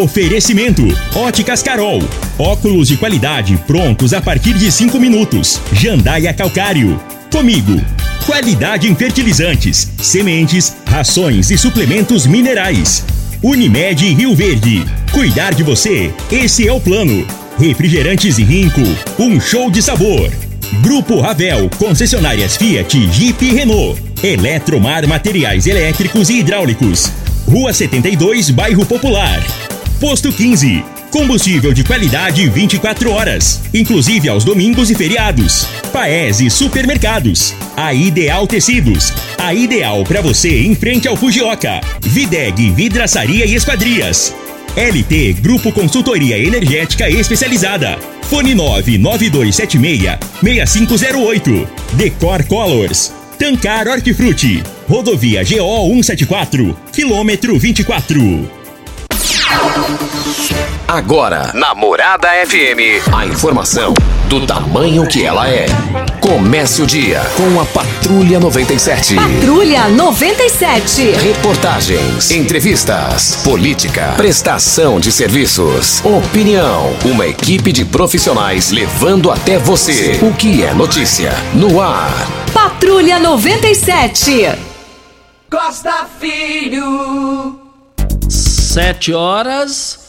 Oferecimento: Óticas Carol. Óculos de qualidade prontos a partir de 5 minutos. Jandaia Calcário. Comigo. Qualidade em fertilizantes, sementes, rações e suplementos minerais. Unimed Rio Verde. Cuidar de você, esse é o plano. Refrigerantes Rinco, um show de sabor. Grupo Ravel, concessionárias Fiat, Jeep e Renault. Eletromar Materiais Elétricos e Hidráulicos. Rua 72, Bairro Popular. Posto 15. Combustível de qualidade 24 horas, inclusive aos domingos e feriados. Paese Supermercados. A Ideal Tecidos. A ideal para você em frente ao Fujioka. Videg Vidraçaria e Esquadrias. LT Grupo Consultoria Energética Especializada. Fone 99276-6508. Decor Colors. Tancar Hortifruti. Rodovia GO 174, quilômetro 24. Agora, na Morada FM, a informação do tamanho que ela é. Comece o dia com a Patrulha 97. Patrulha 97. Reportagens, entrevistas, política, prestação de serviços, opinião. Uma equipe de profissionais levando até você o que é notícia no ar. Patrulha 97. Costa Filho. 7 horas,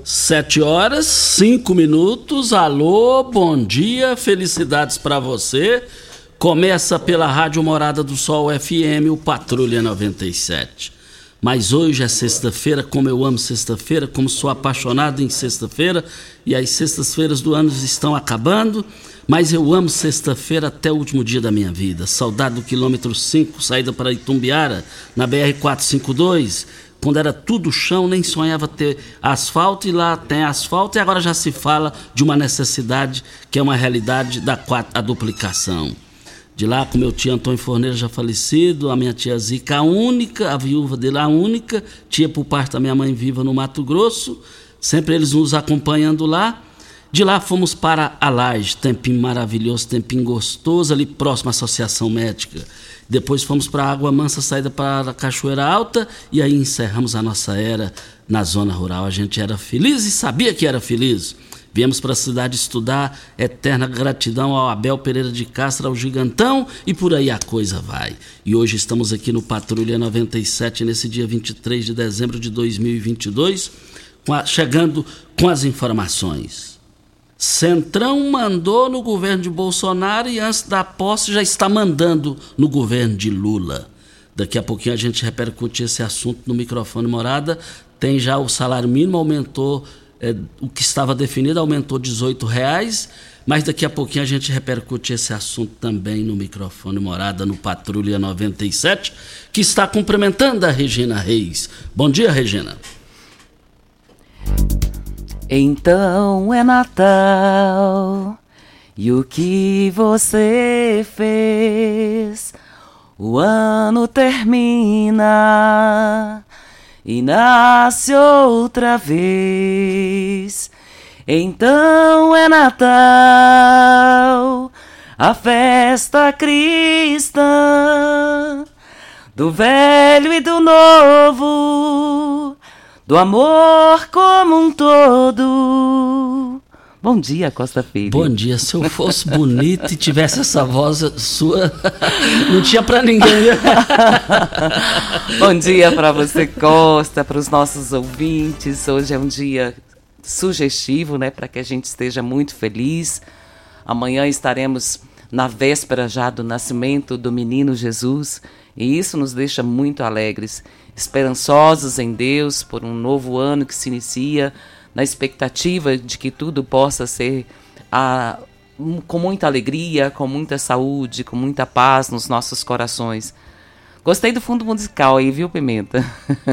5 minutos. Alô, bom dia, felicidades pra você. Começa pela Rádio Morada do Sol FM, o Patrulha 97. Mas hoje é sexta-feira, como eu amo sexta-feira, como sou apaixonado em sexta-feira, e as sextas-feiras do ano estão acabando, mas eu amo sexta-feira até o último dia da minha vida. Saudade do quilômetro 5, saída para Itumbiara, na BR-452, quando era tudo chão, nem sonhava ter asfalto, e lá tem asfalto, e agora já se fala de uma necessidade que é uma realidade a duplicação. De lá, com meu tio Antônio Forneiro já falecido, a minha tia Zica, a única, a viúva dele, a única, tia por parte da minha mãe viva no Mato Grosso, sempre eles nos acompanhando lá. De lá fomos para a Laje, tempinho maravilhoso, tempinho gostoso, ali próximo à Associação Médica. Depois fomos para a Água Mansa, saída para a Cachoeira Alta, e aí encerramos a nossa era na zona rural. A gente era feliz e sabia que era feliz. Viemos para a cidade estudar, eterna gratidão ao Abel Pereira de Castro, ao Gigantão, e por aí a coisa vai. E hoje estamos aqui no Patrulha 97, nesse dia 23 de dezembro de 2022, chegando com as informações. Centrão mandou no governo de Bolsonaro e antes da posse já está mandando no governo de Lula. Daqui a pouquinho a gente repercute esse assunto no microfone Morada. Tem já o salário mínimo, aumentou, o que estava definido aumentou R$18, mas daqui a pouquinho a gente repercute esse assunto também no microfone Morada, no Patrulha 97, que está cumprimentando a Regina Reis. Bom dia, Regina. Então é Natal, e o que você fez? O ano termina e nasce outra vez. Então é Natal, a festa cristã, do velho e do novo, do amor como um todo. Bom dia, Costa Filho. Bom dia. Se eu fosse bonito e tivesse essa voz sua, não tinha pra ninguém. Bom dia para você, Costa, para os nossos ouvintes. Hoje é um dia sugestivo, né, para que a gente esteja muito feliz. Amanhã estaremos na véspera já do nascimento do menino Jesus, e isso nos deixa muito alegres, esperançosos em Deus por um novo ano que se inicia, na expectativa de que tudo possa ser com muita alegria, com muita saúde, com muita paz nos nossos corações. Gostei do fundo musical aí, viu, Pimenta?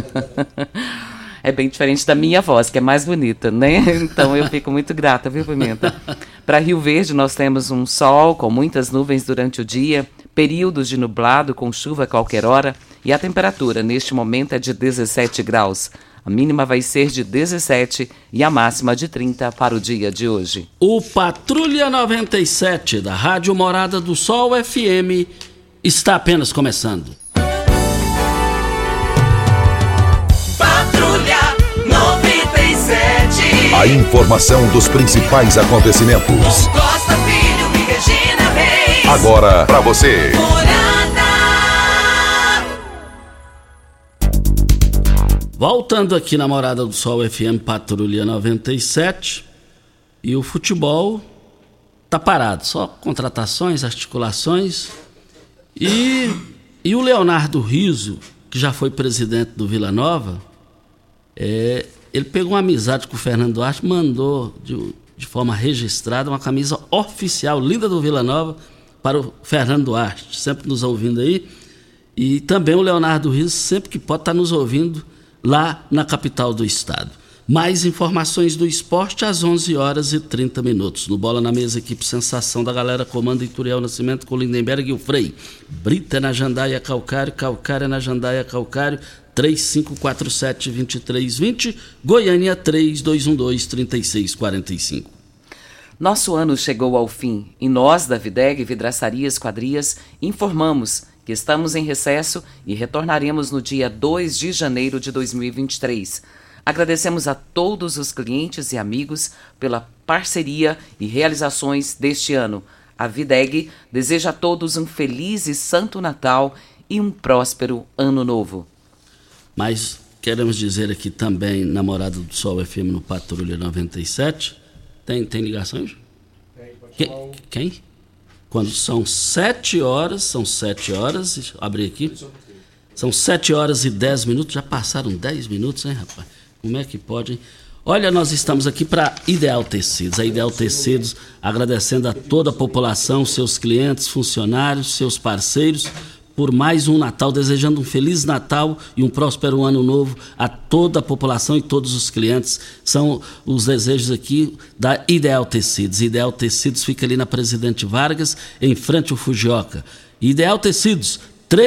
É bem diferente da minha voz, que é mais bonita, né? Então eu fico muito grata, viu, Pimenta? Para Rio Verde nós temos um sol com muitas nuvens durante o dia, períodos de nublado com chuva a qualquer hora, e a temperatura neste momento é de 17 graus. A mínima vai ser de 17 e a máxima de 30 para o dia de hoje. O Patrulha 97 da Rádio Morada do Sol FM está apenas começando. Patrulha 97. A informação dos principais acontecimentos. Costa Filho e Regina Reis. Agora pra você. Voltando aqui na Morada do Sol FM Patrulha 97, e o futebol tá parado, só contratações, articulações, e o Leonardo Rizzo, que já foi presidente do Vila Nova, ele pegou uma amizade com o Fernando Duarte, mandou de forma registrada uma camisa oficial linda do Vila Nova para o Fernando Duarte, sempre nos ouvindo aí, e também o Leonardo Rizzo, sempre que pode, está nos ouvindo lá na capital do estado. Mais informações do esporte às 11h30. No Bola na Mesa, equipe Sensação da Galera, comando Ituriel Nascimento com Lindenberg e o Frei. Brita é na Jandaia Calcário, Calcário é na Jandaia Calcário, 3547-2320, Goiânia 3212-3645. Nosso ano chegou ao fim e nós, da Videg Vidraçaria Esquadrias, informamos que estamos em recesso e retornaremos no dia 2 de janeiro de 2023. Agradecemos a todos os clientes e amigos pela parceria e realizações deste ano. A Videg deseja a todos um feliz e santo Natal e um próspero Ano Novo. Mas queremos dizer aqui também, na Morada do Sol FM no Patrulha 97, tem ligações? Quem? Quando são 7 horas, abri aqui, são 7h10, já passaram 10 minutos, hein, rapaz? Como é que pode, hein? Olha, nós estamos aqui para Ideal Tecidos. A Ideal Tecidos agradecendo a toda a população, seus clientes, funcionários, seus parceiros, por mais um Natal, desejando um Feliz Natal e um próspero Ano Novo a toda a população e todos os clientes. São os desejos aqui da Ideal Tecidos. Ideal Tecidos fica ali na Presidente Vargas, em frente ao Fujioka. Ideal Tecidos,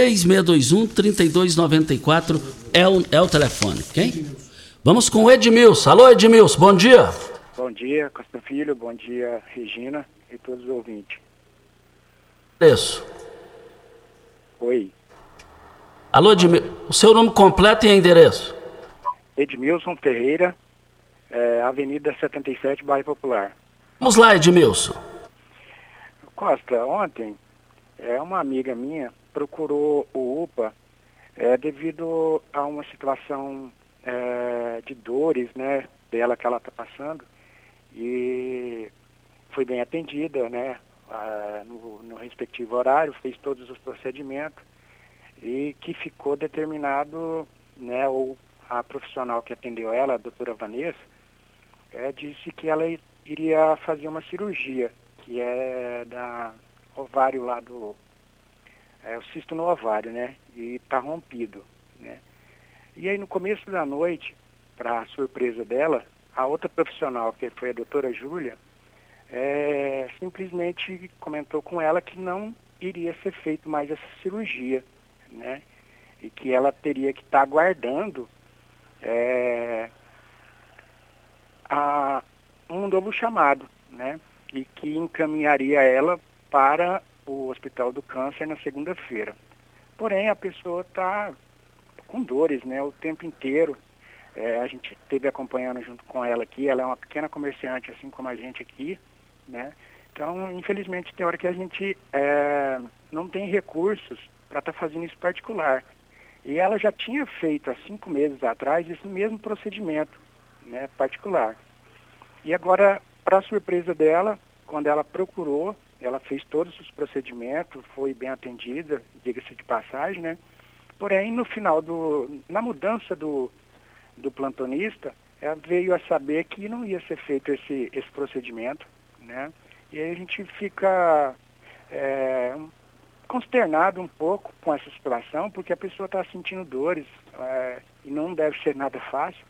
3621-3294 é o telefone. Quem? Vamos com o Edmilson. Alô, Edmilson, bom dia. Bom dia, Costa Filho, bom dia, Regina e todos os ouvintes. Isso. Oi. Alô, Edmilson, o seu nome completo e endereço? Edmilson Ferreira, Avenida 77, Bairro Popular. Vamos lá, Edmilson. Costa, ontem, uma amiga minha procurou o UPA devido a uma situação de dores, né, dela que ela está passando, e foi bem atendida, né, no respectivo horário, fez todos os procedimentos e que ficou determinado, né, ou a profissional que atendeu ela, a doutora Vanessa, disse que ela iria fazer uma cirurgia, que é da ovário lá o cisto no ovário, né, e está rompido, né. E aí no começo da noite, para surpresa dela, a outra profissional, que foi a doutora Júlia, simplesmente comentou com ela que não iria ser feito mais essa cirurgia, né? E que ela teria que estar aguardando um novo chamado, né? E que encaminharia ela para o Hospital do Câncer na segunda-feira. Porém, a pessoa está com dores, né? O tempo inteiro. A gente esteve acompanhando junto com ela aqui. Ela é uma pequena comerciante, assim como a gente aqui, né? Então, infelizmente, tem hora que a gente não tem recursos para estar fazendo isso particular. E ela já tinha feito, há 5 meses atrás, esse mesmo procedimento, né, particular. E agora, para surpresa dela, quando ela procurou, ela fez todos os procedimentos, foi bem atendida, diga-se de passagem, né? Porém, no final na mudança do plantonista, ela veio a saber que não ia ser feito esse procedimento, né? E aí a gente fica consternado um pouco com essa situação, porque a pessoa está sentindo dores e não deve ser nada fácil.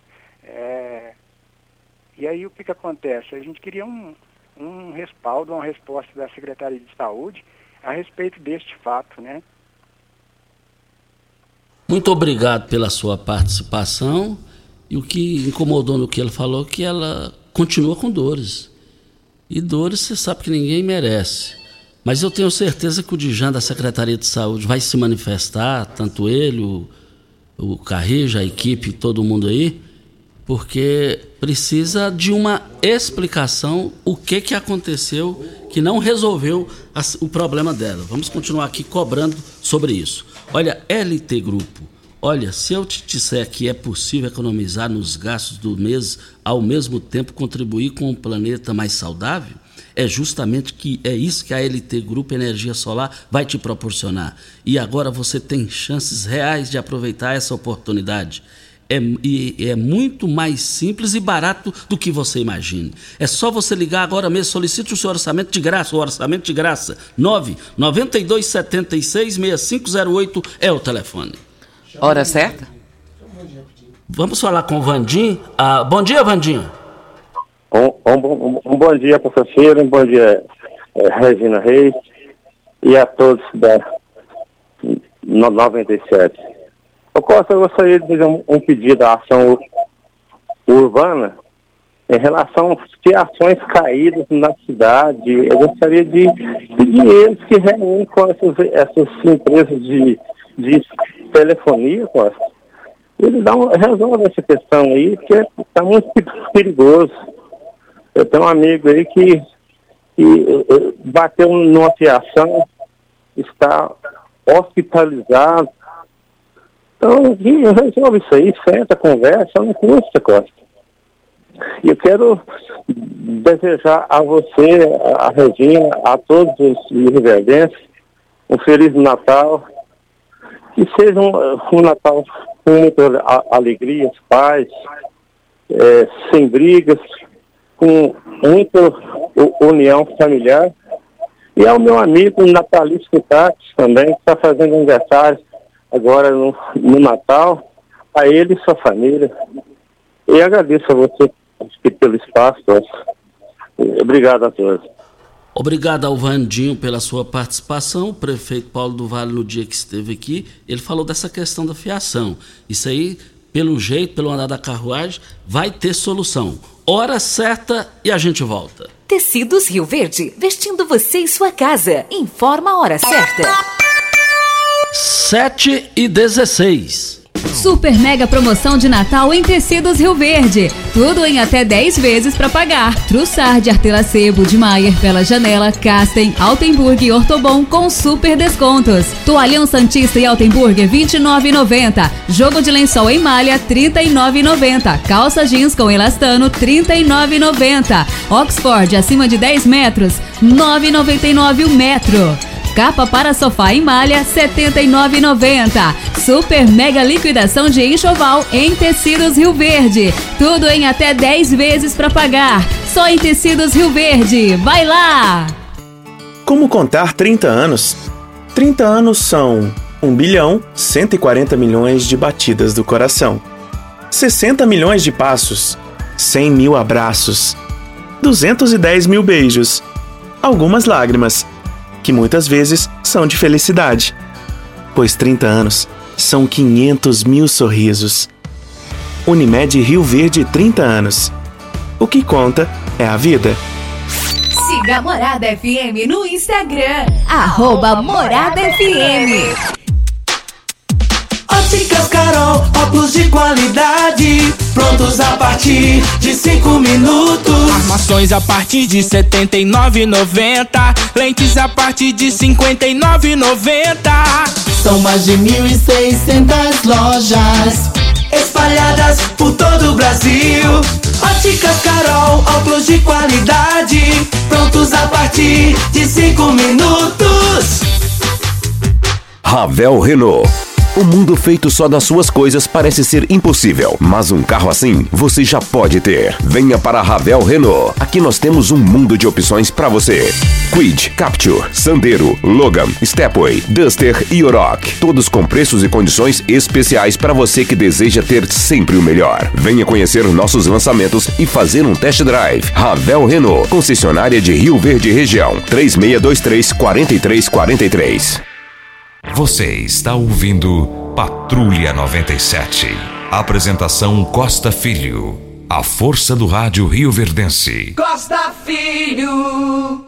E aí o que acontece? A gente queria um respaldo, uma resposta da Secretaria de Saúde a respeito deste fato, né? Muito obrigado pela sua participação. E o que incomodou no que ele falou, que ela continua com dores. E dores você sabe que ninguém merece. Mas eu tenho certeza que o Dijan da Secretaria de Saúde vai se manifestar, tanto ele, o Carreja, a equipe, todo mundo aí, porque precisa de uma explicação o que aconteceu que não resolveu o problema dela. Vamos continuar aqui cobrando sobre isso. Olha, LT Grupo, olha, se eu te disser que é possível economizar nos gastos do mês, ao mesmo tempo contribuir com um planeta mais saudável, é justamente isso que a LT Grupo Energia Solar vai te proporcionar. E agora você tem chances reais de aproveitar essa oportunidade. É muito mais simples e barato do que você imagina. É só você ligar agora mesmo, solicite o seu orçamento de graça, 99276-6508 é o telefone. Hora certa? Vamos falar com o Vandinho. Bom dia, Vandinho. Um bom dia, professor, um bom dia, Regina Reis, e a todos da 97. Eu gostaria de fazer um pedido à ação urbana em relação às fiações caídas na cidade. Eu gostaria de pedir eles que reúnem com essas empresas de telefonia, eles resolvem essa questão aí, que está muito perigoso. Eu tenho um amigo aí que bateu numa fiação, está hospitalizado. Então, resolve isso aí, senta, conversa, não custa, Costa. E eu quero desejar a você, a Regina, a todos os rioverdenses, um Feliz Natal. Que seja um Natal com muita alegria, paz, sem brigas, com muita união familiar. E ao meu amigo Natalício Cutax também, que está fazendo aniversário agora no Natal, a ele e sua família. E agradeço a você pelo espaço. Obrigado a todos. Obrigado ao Vandinho pela sua participação. O prefeito Paulo do Vale, no dia que esteve aqui, ele falou dessa questão da fiação. Isso aí, pelo jeito, pelo andar da carruagem, vai ter solução. Hora certa e a gente volta. Tecidos Rio Verde, vestindo você e sua casa. Informa a hora certa. 7h16. Super mega promoção de Natal em Tecidos Rio Verde. Tudo em até 10 vezes para pagar. Trussard, Artelacebo, de Maier, Pela Janela, Casten, Altenburg e Ortobon com super descontos. Toalhão Santista e Altenburg, R$ 29,90. Jogo de lençol em malha, R$ 39,90. Calça jeans com elastano, R$ 39,90. Oxford, acima de 10 metros, R$ 9,99 o metro. Capa para sofá em malha, R$ 79,90. Super mega liquidação de enxoval em Tecidos Rio Verde. Tudo em até 10 vezes para pagar. Só em Tecidos Rio Verde. Vai lá! Como contar 30 anos? 30 anos são 1.140 milhões de batidas do coração, 60 milhões de passos, 100 mil abraços, 210 mil beijos, algumas lágrimas, que muitas vezes são de felicidade, pois 30 anos são 500 mil sorrisos. Unimed Rio Verde, 30 anos. O que conta é a vida. Siga a Morada FM no Instagram. @MoradaFM. Óticas Carol, óculos de qualidade, prontos a partir de 5 minutos. Armações a partir de R$ 79,90. Lentes a partir de R$ 59,90. São mais de 1.600 lojas espalhadas por todo o Brasil. Óticas Carol, óculos de qualidade, prontos a partir de 5 minutos. Ravel Renault. O mundo feito só das suas coisas parece ser impossível, mas um carro assim você já pode ter. Venha para a Ravel Renault. Aqui nós temos um mundo de opções para você. Kwid, Captur, Sandero, Logan, Stepway, Duster e Oroch. Todos com preços e condições especiais para você que deseja ter sempre o melhor. Venha conhecer nossos lançamentos e fazer um test drive. Ravel Renault, concessionária de Rio Verde Região. 3623-4343. Você está ouvindo Patrulha 97. Apresentação Costa Filho. A força do rádio rioverdense. Costa Filho.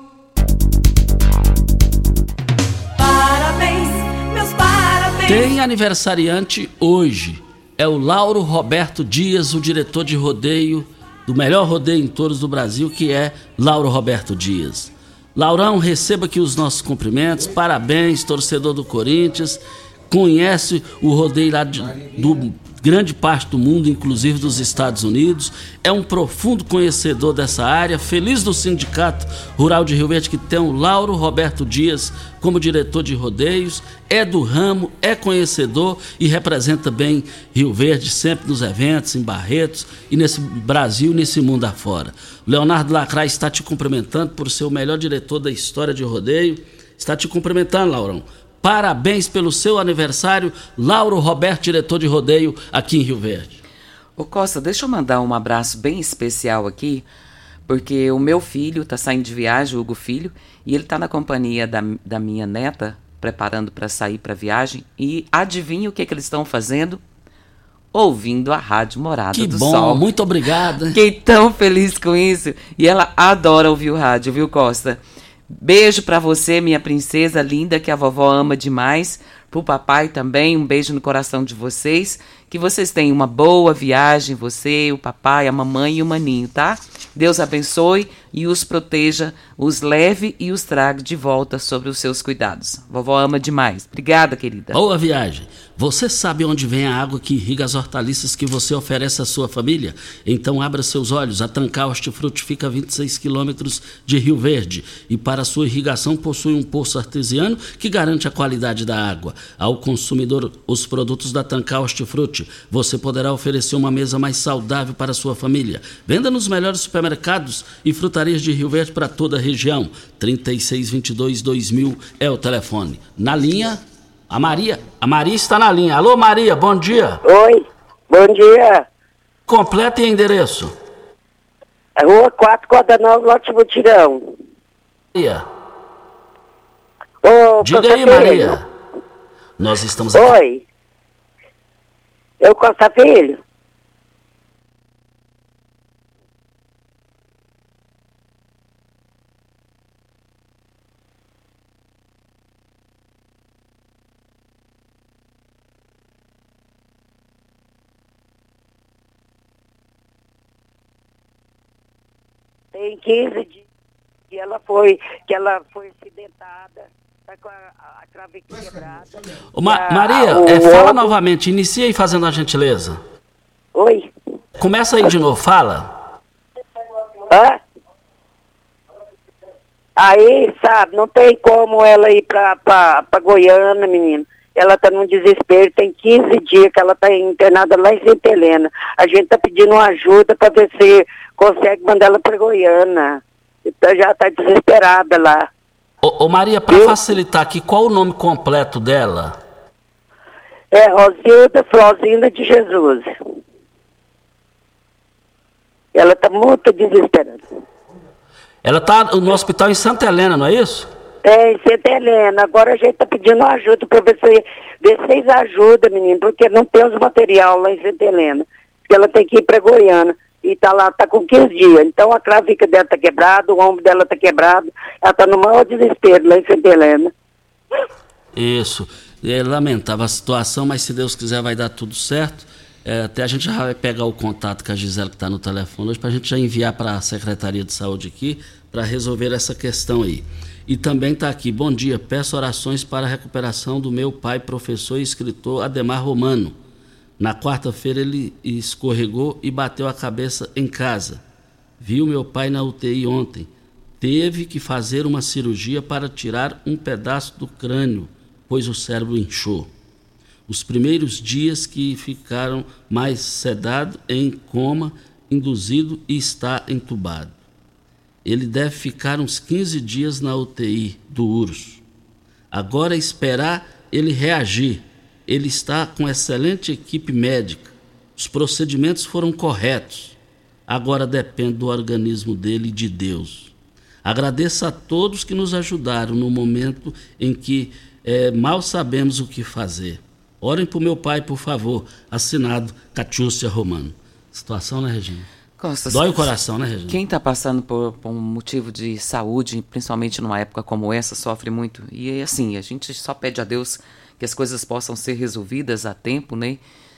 Parabéns, meus parabéns. Tem aniversariante hoje. É o Lauro Roberto Dias, o diretor de rodeio do melhor rodeio em touros do Brasil, que é Lauro Roberto Dias. Laurão, receba aqui os nossos cumprimentos, parabéns, torcedor do Corinthians, conhece o rodeio lá do grande parte do mundo, inclusive dos Estados Unidos, é um profundo conhecedor dessa área, feliz do Sindicato Rural de Rio Verde que tem o Lauro Roberto Dias como diretor de rodeios, é do ramo, é conhecedor e representa bem Rio Verde sempre nos eventos, em Barretos e nesse Brasil e nesse mundo afora. Leonardo Lacraia está te cumprimentando por ser o melhor diretor da história de rodeio, está te cumprimentando, Laurão. Parabéns pelo seu aniversário, Lauro Roberto, diretor de rodeio aqui em Rio Verde. Ô Costa, deixa eu mandar um abraço bem especial aqui, porque o meu filho está saindo de viagem, o Hugo Filho, e ele está na companhia da minha neta, preparando para sair para viagem, e adivinha o que eles estão fazendo? Ouvindo a Rádio Morada do Sol. Que bom, muito obrigado. Fiquei tão feliz com isso. E ela adora ouvir o rádio, viu, Costa? Beijo pra você, minha princesa linda, que a vovó ama demais. Pro papai também, um beijo no coração de vocês. Que vocês tenham uma boa viagem, você, o papai, a mamãe e o maninho, tá? Deus abençoe e os proteja, os leve e os traga de volta sobre os seus cuidados. Vovó ama demais. Obrigada, querida. Boa viagem. Você sabe onde vem a água que irriga as hortaliças que você oferece à sua família? Então abra seus olhos. A Tancar Hortifruti fica a 26 quilômetros de Rio Verde e para sua irrigação possui um poço artesiano que garante a qualidade da água. Ao consumidor, os produtos da Tancar Hortifruti, você poderá oferecer uma mesa mais saudável para a sua família. Venda nos melhores supermercados e frutarias de Rio Verde para toda a região. 3622-2000 é o telefone. Na linha... A Maria está na linha. Alô, Maria, bom dia. Oi, bom dia. Completa e endereço. Rua 4, Corda Nova, Lote Mutirão. Maria. Ô, diga aí, Maria. Nós estamos aqui. Oi. Eu, Costa Filho. Tem 15 dias que ela foi acidentada, tá com a clavícula quebrada. Maria, fala novamente, inicia aí fazendo a gentileza. Oi? Começa aí de novo, fala. Hã? Aí, sabe, não tem como ela ir pra Goiânia, menino. Ela tá num desespero, tem 15 dias que ela tá internada lá em Santa Helena. A gente tá pedindo uma ajuda para ver se consegue mandar ela para Goiânia. Então já tá desesperada lá. Ô Maria, para facilitar aqui, qual o nome completo dela? É Rosilda Flozinda de Jesus. Ela tá muito desesperada. Ela tá no hospital em Santa Helena, não é isso? É, em Santa Helena. Agora a gente tá pedindo ajuda para ver se vocês ajudam, menino, porque não tem os material lá em Santa Helena. Porque ela tem que ir para Goiânia. E tá lá, tá com 15 dias. Então a clavícula dela tá quebrada, o ombro dela tá quebrado. Ela tá no maior desespero lá em Santa Helena. Isso. É lamentável a situação, mas se Deus quiser vai dar tudo certo. Até a gente já vai pegar o contato com a Gisela que está no telefone hoje, para a gente já enviar para a Secretaria de Saúde aqui, para resolver essa questão aí. E também está aqui, bom dia, peço orações para a recuperação do meu pai, professor e escritor Ademar Romano. Na quarta-feira ele escorregou e bateu a cabeça em casa. Viu meu pai na UTI ontem. Teve que fazer uma cirurgia para tirar um pedaço do crânio, pois o cérebro inchou. Os primeiros dias que ficaram mais sedado, em coma, induzido e está entubado. Ele deve ficar uns 15 dias na UTI do URSS. Agora é esperar ele reagir. Ele está com excelente equipe médica. Os procedimentos foram corretos. Agora depende do organismo dele e de Deus. Agradeço a todos que nos ajudaram no momento em que mal sabemos o que fazer. Orem por meu pai, por favor. Assinado Catiúcia Romano. Situação, né, Regina? Costa, dói o coração, né, Regina? Quem está passando por um motivo de saúde, principalmente numa época como essa, sofre muito. E assim, a gente só pede a Deus que as coisas possam ser resolvidas a tempo, né?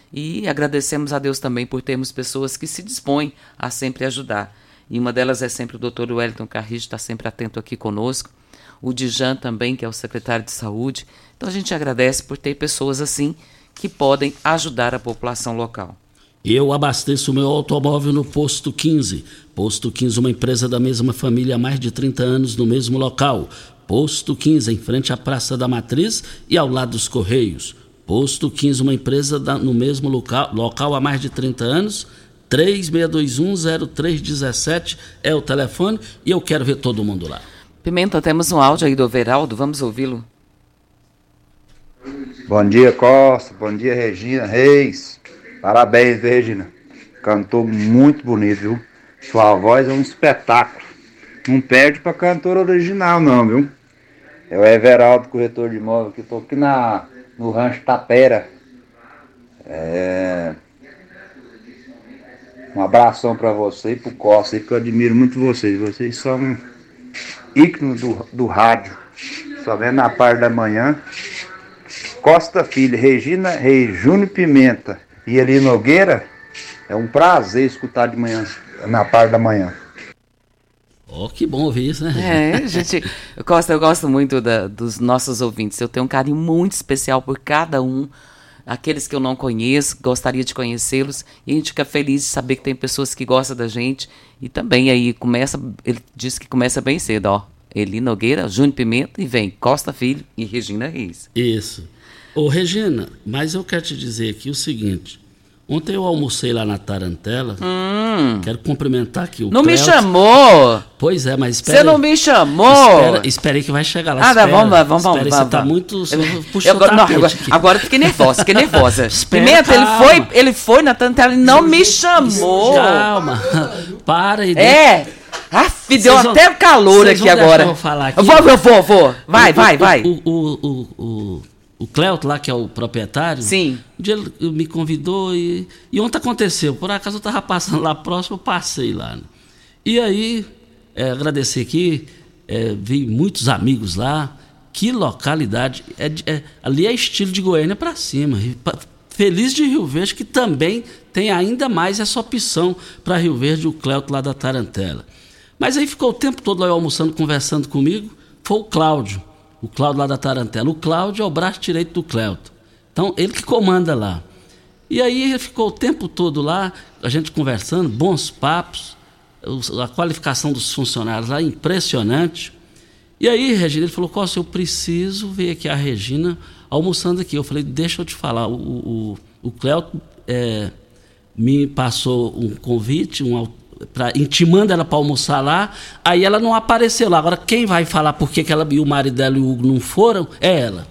E agradecemos a Deus também por termos pessoas que se dispõem a sempre ajudar. E uma delas é sempre o Dr. Wellington Carrijo, está sempre atento aqui conosco. O Dijan também, que é o secretário de saúde. Então a gente agradece por ter pessoas assim que podem ajudar a população local. Eu abasteço meu automóvel no Posto 15. Posto 15, uma empresa da mesma família há mais de 30 anos no mesmo local. Posto 15, em frente à Praça da Matriz e ao lado dos Correios. Posto 15, uma empresa no mesmo local há mais de 30 anos. 36210317 é o telefone e eu quero ver todo mundo lá. Pimenta, temos um áudio aí do Everaldo, vamos ouvi-lo. Bom dia, Costa, bom dia, Regina Reis. Parabéns, Regina. Cantou muito bonito, viu? Sua voz é um espetáculo. Não perde pra cantora original, não, viu? É o Everaldo, corretor de imóvel, que tô aqui no Rancho Tapera. Um abração pra você e pro Costa, que eu admiro muito vocês. Vocês são ícones do rádio. Só vendo na parte da manhã. Costa Filho, Regina Reis, Júnior Pimenta e Eli Nogueira. É um prazer escutar de manhã, na parte da manhã. Oh, que bom ouvir isso, né? Gente, Costa, eu gosto muito dos nossos ouvintes. Eu tenho um carinho muito especial por cada um. Aqueles que eu não conheço, gostaria de conhecê-los. E a gente fica feliz de saber que tem pessoas que gostam da gente. E também aí ele disse que começa bem cedo, ó. Eli Nogueira, Júnior Pimenta e vem Costa Filho e Regina Reis. Isso. Ô, Regina, mas eu quero te dizer aqui o seguinte. Ontem eu almocei lá na Tarantela. Quero cumprimentar aqui o Não Cléudio. me chamou! Pois é, mas espera. Você não me chamou! Espera aí que vai chegar lá. Vamos. Você tá muito... Agora eu fiquei nervosa. Pimenta, ele foi na Tarantela e não me chamou! Calma, para aí. Deu até calor aqui agora. Eu vou falar aqui. Eu vou. Vai. O Cléudio lá, que é o proprietário, sim. Um dia ele me convidou e ontem aconteceu. Por acaso eu estava passando lá próximo, eu passei lá. Né? E aí, agradecer aqui, vi muitos amigos lá. Que localidade. Ali é estilo de Goiânia para cima. Feliz de Rio Verde, que também tem ainda mais essa opção para Rio Verde, o Cléudio lá da Tarantela. Mas aí ficou o tempo todo lá almoçando, conversando comigo, foi o Cláudio lá da Tarantela. O Cláudio é o braço direito do Cléudio. Então, ele que comanda lá. E aí ele ficou o tempo todo lá, a gente conversando, bons papos, a qualificação dos funcionários lá, impressionante. E aí, Regina, ele falou, Costa, eu preciso ver aqui a Regina almoçando aqui. Eu falei, deixa eu te falar, o Cléudio me passou um convite, intimando ela para almoçar lá, aí ela não apareceu lá. Agora, quem vai falar por que ela e o marido dela e o Hugo não foram é ela.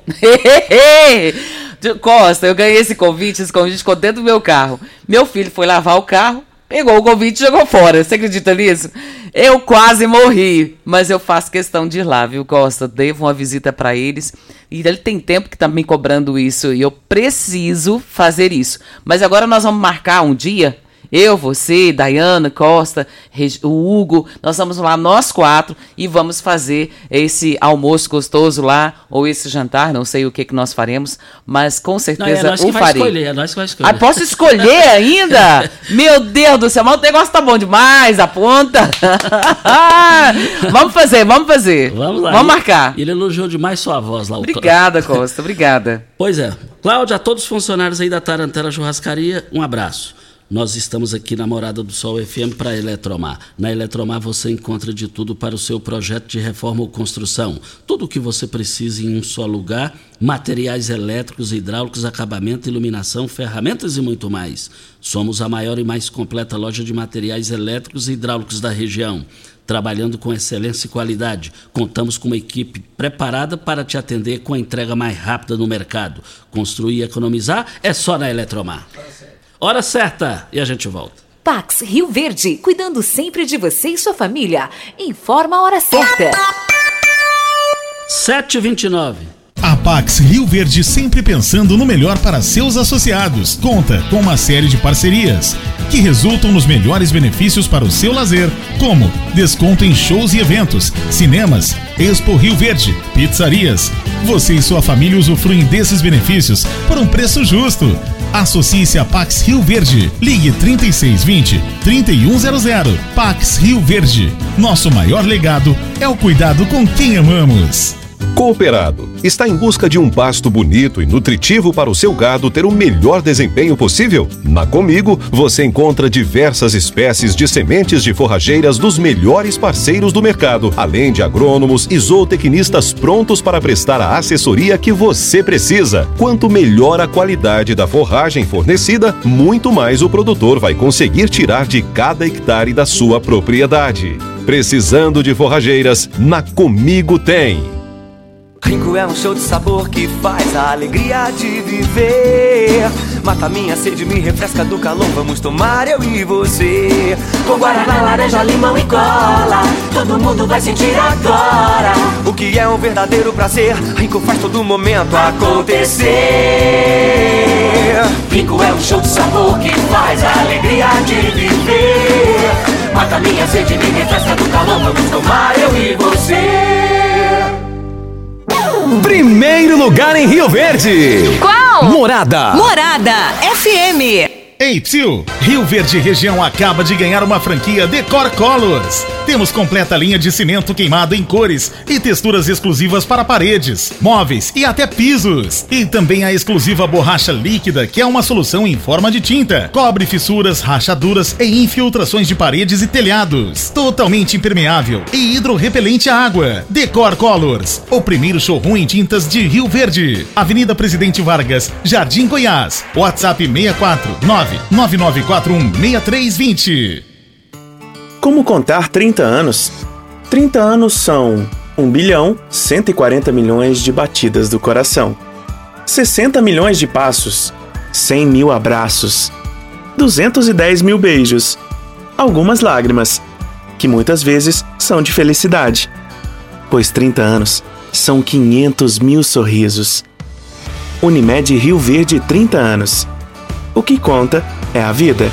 Costa, eu ganhei esse convite ficou dentro do meu carro. Meu filho foi lavar o carro, pegou o convite e jogou fora. Você acredita nisso? Eu quase morri, mas eu faço questão de ir lá, viu, Costa? Devo uma visita para eles. E ele tem tempo que tá me cobrando isso e eu preciso fazer isso. Mas agora nós vamos marcar um dia. Eu, você, Dayana, Costa, o Hugo, nós vamos lá, nós 4, e vamos fazer esse almoço gostoso lá, ou esse jantar, não sei o que nós faremos, mas com certeza o farei. É nós que vai escolher. Posso escolher ainda? Meu Deus do céu, mas o negócio tá bom demais, a ponta. Vamos fazer. Vamos lá. Vamos marcar. Ele elogiou demais sua voz lá. Obrigada, Costa, obrigada. Pois é. Cláudia, a todos os funcionários aí da Tarantela Churrascaria, um abraço. Nós estamos aqui na Morada do Sol FM para a Eletromar. Na Eletromar você encontra de tudo para o seu projeto de reforma ou construção. Tudo o que você precisa em um só lugar, materiais elétricos, hidráulicos, acabamento, iluminação, ferramentas e muito mais. Somos a maior e mais completa loja de materiais elétricos e hidráulicos da região. Trabalhando com excelência e qualidade. Contamos com uma equipe preparada para te atender com a entrega mais rápida no mercado. Construir e economizar é só na Eletromar. Hora certa e a gente volta. Pax Rio Verde, cuidando sempre de você e sua família. Informa a hora certa. 7h29. Pax Rio Verde, sempre pensando no melhor para seus associados, conta com uma série de parcerias que resultam nos melhores benefícios para o seu lazer, como desconto em shows e eventos, cinemas, Expo Rio Verde, pizzarias. Você e sua família usufruem desses benefícios por um preço justo. Associe-se a Pax Rio Verde. Ligue 3620-3100. Pax Rio Verde. Nosso maior legado é o cuidado com quem amamos. Cooperado está em busca de um pasto bonito e nutritivo para o seu gado ter o melhor desempenho possível? Na Comigo, você encontra diversas espécies de sementes de forrageiras dos melhores parceiros do mercado, além de agrônomos e zootecnistas prontos para prestar a assessoria que você precisa. Quanto melhor a qualidade da forragem fornecida, muito mais o produtor vai conseguir tirar de cada hectare da sua propriedade. Precisando de forrageiras? Na Comigo tem. Rinco é um show de sabor que faz a alegria de viver. Mata minha sede, me refresca do calor, vamos tomar eu e você. Com guaraná, laranja, limão e cola, todo mundo vai sentir agora o que é um verdadeiro prazer. Rinco faz todo momento acontecer. Rinco é um show de sabor que faz a alegria de viver. Mata minha sede, me refresca do calor, vamos tomar eu e você. Primeiro lugar em Rio Verde. Qual? Morada. Morada FM. Ei, Psyu! Rio Verde Região acaba de ganhar uma franquia Decor Colors. Temos completa linha de cimento queimado em cores e texturas exclusivas para paredes, móveis e até pisos. E também a exclusiva borracha líquida, que é uma solução em forma de tinta. Cobre fissuras, rachaduras e infiltrações de paredes e telhados. Totalmente impermeável e hidrorrepelente à água. Decor Colors, o primeiro showroom em tintas de Rio Verde. Avenida Presidente Vargas, Jardim Goiás. WhatsApp 649-9941-6320. Como contar 30 anos? 30 anos são 1.140.000.000 de batidas do coração, 60 milhões de passos, 100 mil abraços, 210 mil beijos, algumas lágrimas, que muitas vezes são de felicidade, pois 30 anos são 500 mil sorrisos. Unimed Rio Verde, 30 anos. O que conta é a vida.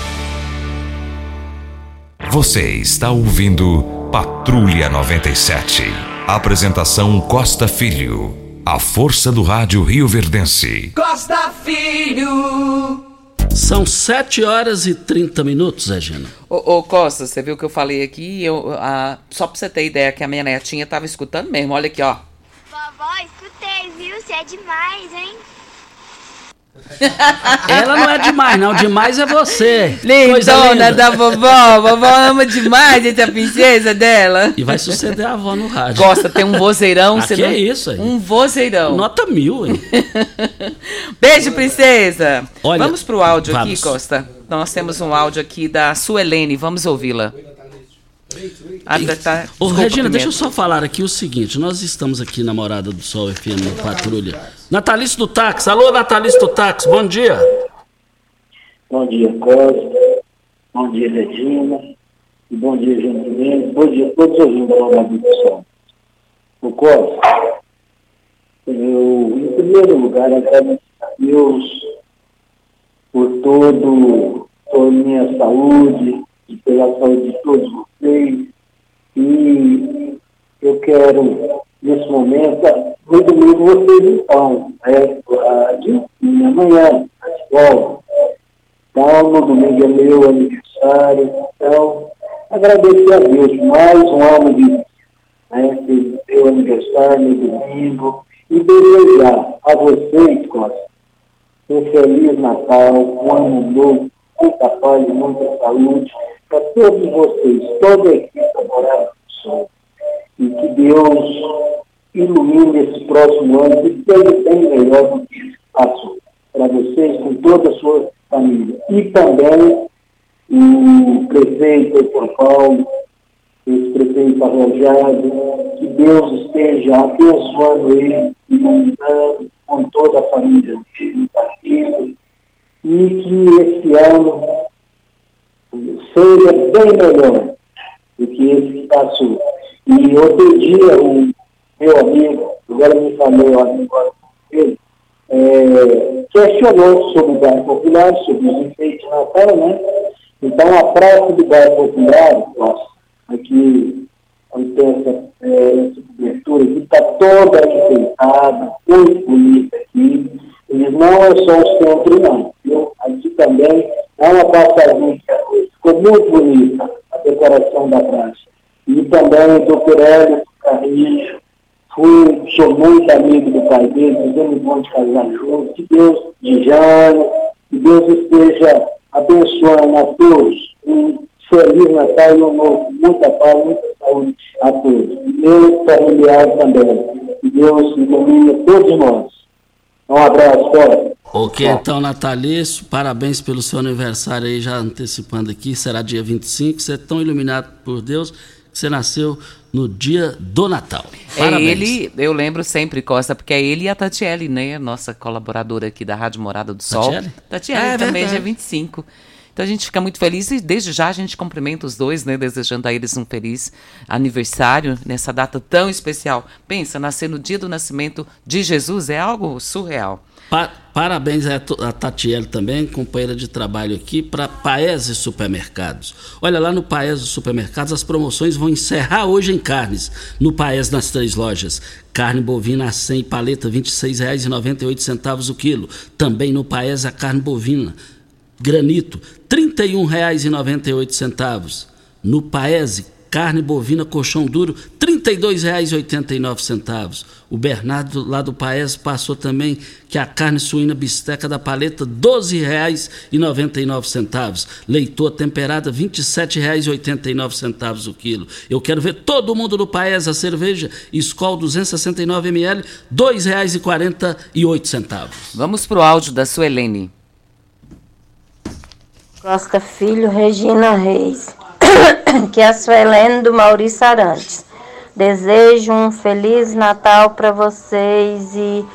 Você está ouvindo Patrulha 97. Apresentação Costa Filho. A força do rádio rioverdense. Costa Filho. São 7h30, Regina. Ô Costa, você viu o que eu falei aqui? Só pra você ter ideia que a minha netinha tava escutando mesmo. Olha aqui, ó. Vovó, escutei, viu? Você é demais, hein? Ela não é demais, não. Demais é você. Lindona da vovó. Vovó ama demais essa princesa dela. E vai suceder a avó no rádio. Gosta, tem um vozeirão. Que é isso aí? Um vozeirão. Nota 1000, hein? Beijo, princesa. Olha, vamos pro áudio vamos. aqui, Costa. Nós temos um áudio aqui da Suelene. Vamos ouvi-la. Ô, Regina, deixa eu só falar aqui o seguinte. Nós estamos aqui na Morada do Sol FM no Patrulha. Natalício do Táxi. Alô, Natalício do Táxi, bom dia. Bom dia, Costa. Bom dia, Regina. E bom dia, João Mendes. Bom dia a todos os ouvintes da Morada do Sol. O Costa, eu, em primeiro lugar, agradeço a Deus por toda a minha saúde e pela saúde de todos vocês. E eu quero, nesse momento, no domingo vocês estão, de amanhã, na escola. Então, no domingo é meu aniversário. Então, agradecer a Deus mais um ano de meu aniversário, no domingo. E desejar a vocês, Costa, um Feliz Natal, um ano novo, muita paz e muita saúde para todos vocês, toda a equipe da Morada do Sol. E que Deus ilumine esse próximo ano e seja bem melhor do que esse passou para vocês, com toda a sua família. E também o prefeito de São Paulo, esse prefeito arrojado, que Deus esteja abençoando ele, iluminando com toda a família dele, partido, e que esse ano seja bem melhor do que esse que passou. E outro dia, o meu amigo, agora me falou agora, ele questionou sobre o bairro popular, sobre os enfeites de Natal, né? Então, a praça do bairro popular, aqui, onde tem essa cobertura aqui, está toda enfeitada, muito bonita aqui. E não é só o centro, não. Viu? Aqui também é uma passadinha que ficou muito bonita, a decoração da praça. E também o Dr. Hélio Carrinho, sou muito amigo do pai dele, fizemos bom de casar juntos. Que Deus, de Jânio, que Deus esteja abençoando a todos. Um feliz Natal e um novo, muita paz, muita saúde a todos. E meus familiares também. Que Deus ilumine todos nós. Um abraço, Paulo. Ok, então, Natalício, parabéns pelo seu aniversário aí, já antecipando aqui, será dia 25, você é tão iluminado por Deus que você nasceu no dia do Natal. Parabéns. É ele, eu lembro sempre, Costa, porque é ele e a Tatiele, né, nossa colaboradora aqui da Rádio Morada do Sol. Tatiele também, dia 25. Então a gente fica muito feliz e desde já a gente cumprimenta os dois, né, desejando a eles um feliz aniversário nessa data tão especial. Pensa, nascer no dia do nascimento de Jesus é algo surreal. Parabéns a Tatiele também, companheira de trabalho aqui, para Paese Supermercados. Olha, lá no Paese Supermercados as promoções vão encerrar hoje em carnes. No Paese, nas 3 lojas. Carne bovina a 100 paleta, R$ 26,98 o quilo. Também no Paese a carne bovina granito, R$ 31,98. No Paese, carne bovina colchão duro, R$ 32,89. O Bernardo, lá do Paese, passou também que a carne suína bisteca da paleta, R$ 12,99. Leitoa temperada, R$ 27,89 o quilo. Eu quero ver todo mundo no Paese. A cerveja Skol 269 ml, R$ 2,48. Vamos pro áudio da Suelene. Costa Filho, Regina Reis, que é a Suelene do Maurício Arantes. Desejo um Feliz Natal para vocês e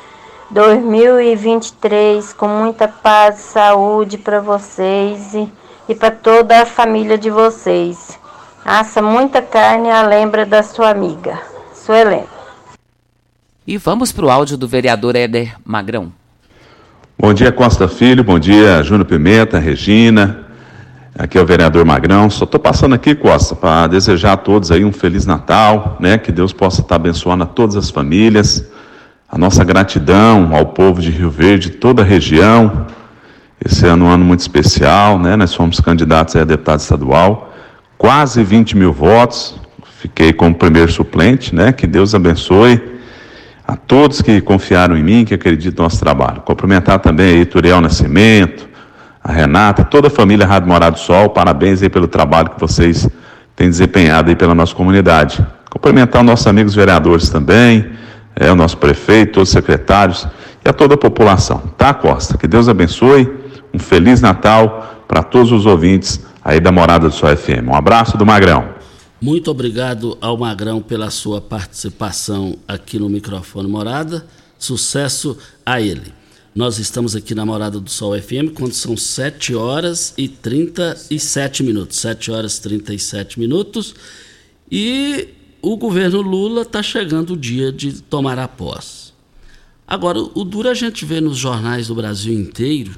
2023 com muita paz e saúde para vocês e para toda a família de vocês. Assa muita carne à lembra da sua amiga, Suelene. E vamos para o áudio do vereador Éder Magrão. Bom dia, Costa Filho, bom dia, Júnior Pimenta, Regina, aqui é o vereador Magrão. Só estou passando aqui, Costa, para desejar a todos aí um Feliz Natal, né? Que Deus possa estar abençoando a todas as famílias, a nossa gratidão ao povo de Rio Verde, toda a região. Esse ano é um ano muito especial, né? Nós fomos candidatos a deputado estadual, quase 20 mil votos, fiquei como primeiro suplente, né? Que Deus abençoe a todos que confiaram em mim, que acreditam no nosso trabalho. Cumprimentar também a Turiel Nascimento, a Renata, toda a família Rádio Morada do Sol, parabéns aí pelo trabalho que vocês têm desempenhado aí pela nossa comunidade. Cumprimentar os nossos amigos vereadores também, o nosso prefeito, todos os secretários e a toda a população. Tá, Costa? Que Deus abençoe, um Feliz Natal para todos os ouvintes aí da Morada do Sol FM. Um abraço do Magrão. Muito obrigado ao Magrão pela sua participação aqui no microfone Morada. Sucesso a ele. Nós estamos aqui na Morada do Sol FM quando são 7 horas e 37 minutos. 7 horas e 37 minutos. E o governo Lula está chegando o dia de tomar a posse. Agora, o duro a gente vê nos jornais do Brasil inteiro.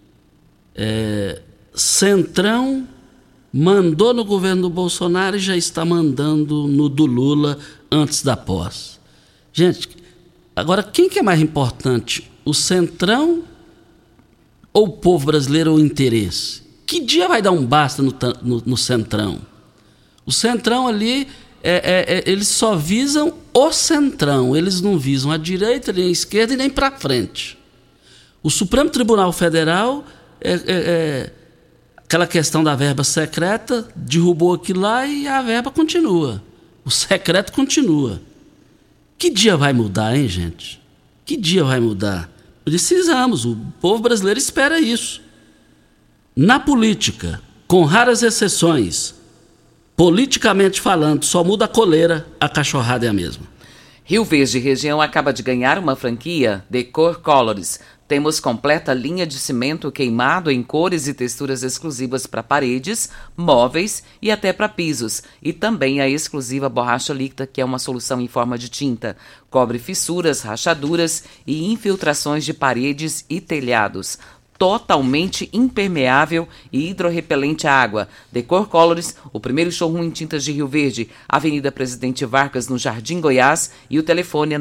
Centrão mandou no governo do Bolsonaro e já está mandando no do Lula antes da posse. Gente, agora quem que é mais importante? O Centrão ou o povo brasileiro ou o interesse? Que dia vai dar um basta no Centrão? O Centrão ali, eles só visam o Centrão, eles não visam a direita, nem a esquerda e nem para frente. O Supremo Tribunal Federal aquela questão da verba secreta, derrubou aquilo lá e a verba continua. O secreto continua. Que dia vai mudar, hein, gente? Que dia vai mudar? Precisamos, o povo brasileiro espera isso. Na política, com raras exceções, politicamente falando, só muda a coleira, a cachorrada é a mesma. Rio Verde Região acaba de ganhar uma franquia Decor Colors. Temos completa linha de cimento queimado em cores e texturas exclusivas para paredes, móveis e até para pisos. E também a exclusiva borracha líquida, que é uma solução em forma de tinta. Cobre fissuras, rachaduras e infiltrações de paredes e telhados. Totalmente impermeável e hidrorrepelente à água. Decor Colors, o primeiro showroom em tintas de Rio Verde, Avenida Presidente Vargas, no Jardim Goiás, e o telefone é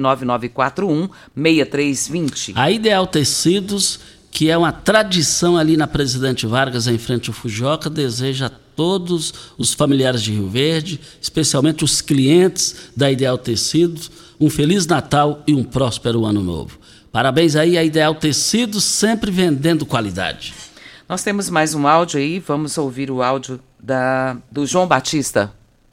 99941-6320. A Ideal Tecidos, que é uma tradição ali na Presidente Vargas, em frente ao Fujoca, deseja a todos os familiares de Rio Verde, especialmente os clientes da Ideal Tecidos, um Feliz Natal e um próspero Ano Novo. Parabéns aí a Ideal Tecidos, sempre vendendo qualidade. Nós temos mais um áudio aí, vamos ouvir o áudio do João Batista.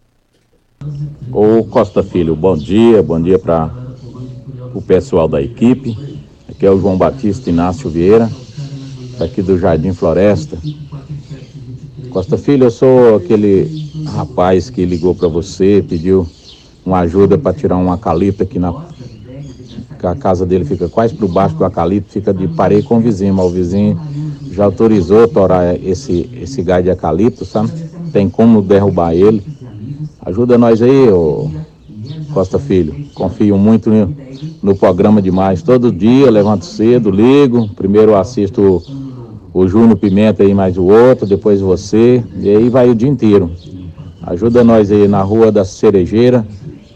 Ô Costa Filho, bom dia para o pessoal da equipe. Aqui é o João Batista Inácio Vieira, aqui do Jardim Floresta. Costa Filho, eu sou aquele rapaz que ligou para você, pediu uma ajuda para tirar um eucalipto aqui a casa dele fica quase por baixo do eucalipto, fica de parede com o vizinho, mas o vizinho já autorizou torar esse galho de eucalipto, sabe? Tem como derrubar ele. Ajuda nós aí, ô Costa Filho. Confio muito no programa demais. Todo dia eu levanto cedo, ligo. Primeiro eu assisto o Júnior Pimenta aí, mais o outro, depois você. E aí vai o dia inteiro. Ajuda nós aí na Rua da Cerejeira,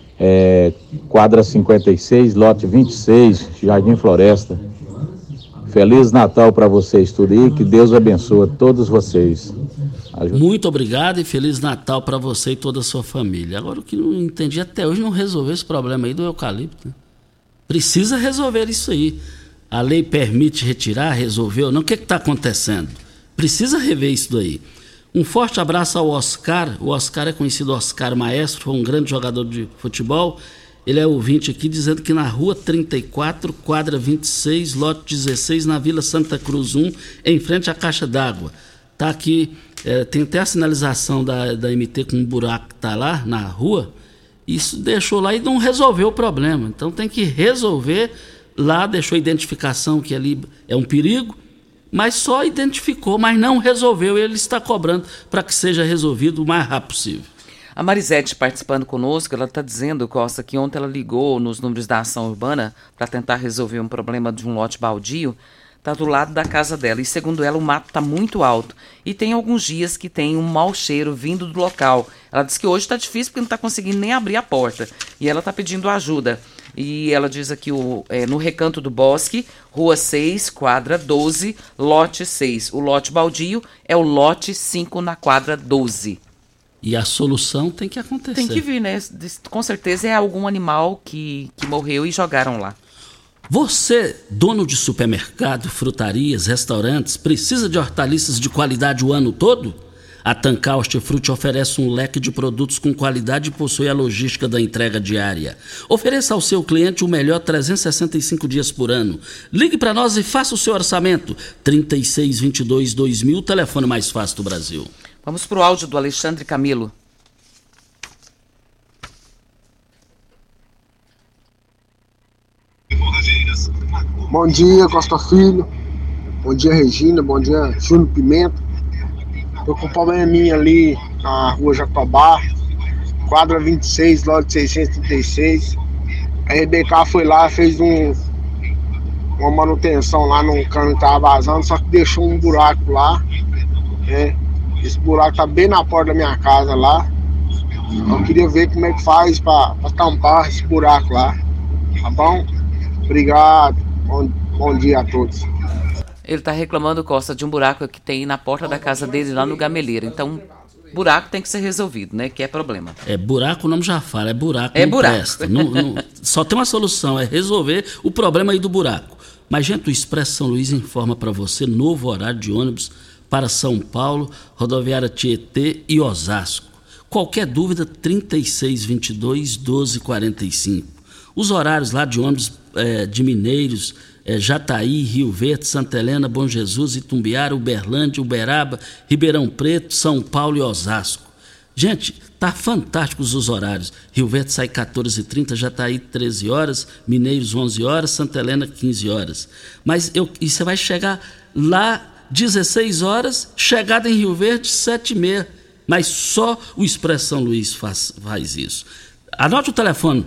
quadra 56, lote 26, Jardim Floresta. Feliz Natal para vocês tudo aí, que Deus abençoe todos vocês. Muito obrigado e Feliz Natal para você e toda a sua família. Agora, o que não entendi até hoje, não resolveu esse problema aí do eucalipto. Precisa resolver isso aí. A lei permite retirar, resolveu? Não, o que está acontecendo? Precisa rever isso daí. Um forte abraço ao Oscar. O Oscar é conhecido Oscar Maestro, foi um grande jogador de futebol. Ele é ouvinte aqui dizendo que na Rua 34, quadra 26, lote 16, na Vila Santa Cruz 1, em frente à caixa d'água. Está aqui, tem até a sinalização da MT com um buraco que está lá na rua. Isso deixou lá e não resolveu o problema. Então tem que resolver lá, deixou a identificação que ali é um perigo, mas só identificou, mas não resolveu, e ele está cobrando para que seja resolvido o mais rápido possível. A Marisete participando conosco, ela está dizendo, Costa, que ontem ela ligou nos números da ação urbana para tentar resolver um problema de um lote baldio, está do lado da casa dela, e segundo ela o mato está muito alto, e tem alguns dias que tem um mau cheiro vindo do local. Ela diz que hoje está difícil porque não está conseguindo nem abrir a porta, e ela está pedindo ajuda. E ela diz aqui no Recanto do Bosque, Rua 6, quadra 12, lote 6. O lote baldio é o lote 5 na quadra 12. E a solução tem que acontecer. Tem que vir, né? Com certeza é algum animal que morreu e jogaram lá. Você, dono de supermercado, frutarias, restaurantes, precisa de hortaliças de qualidade o ano todo? A Tancar Hortifruti oferece um leque de produtos com qualidade e possui a logística da entrega diária. Ofereça ao seu cliente o melhor 365 dias por ano. Ligue para nós e faça o seu orçamento. 3622-2000, o telefone mais fácil do Brasil. Vamos para o áudio do Alexandre Camilo. Bom dia, Costa Filho. Bom dia, Regina. Bom dia, Júnior Pimenta. Tô com um probleminha ali na Rua Jatobá, quadra 26, lote 636. A RBK foi lá, fez uma manutenção lá no cano que tava vazando, só que deixou um buraco lá, né? Esse buraco tá bem na porta da minha casa lá. Eu queria ver como é que faz pra tampar esse buraco lá. Tá bom? Obrigado. Bom dia a todos. Ele está reclamando, Costa, de um buraco que tem na porta da casa dele, lá no Gameleira. Então, buraco tem que ser resolvido, né? Que é problema. Buraco, o nome já fala, é buraco. É não buraco. Presta. Só tem uma solução, é resolver o problema aí do buraco. Mas, gente, o Expresso São Luís informa para você novo horário de ônibus para São Paulo, rodoviária Tietê e Osasco. Qualquer dúvida, 3622-1245. Os horários lá de ônibus de Mineiros, Jataí, Rio Verde, Santa Helena, Bom Jesus, Itumbiara, Uberlândia, Uberaba, Ribeirão Preto, São Paulo e Osasco. Gente, tá fantásticos os horários. Rio Verde sai 14h30, já tá aí 13 horas, Mineiros 11 horas, Santa Helena 15 horas. E você vai chegar lá 16 horas, chegada em Rio Verde 7h30. Mas só o Expresso São Luís faz isso. Anote o telefone,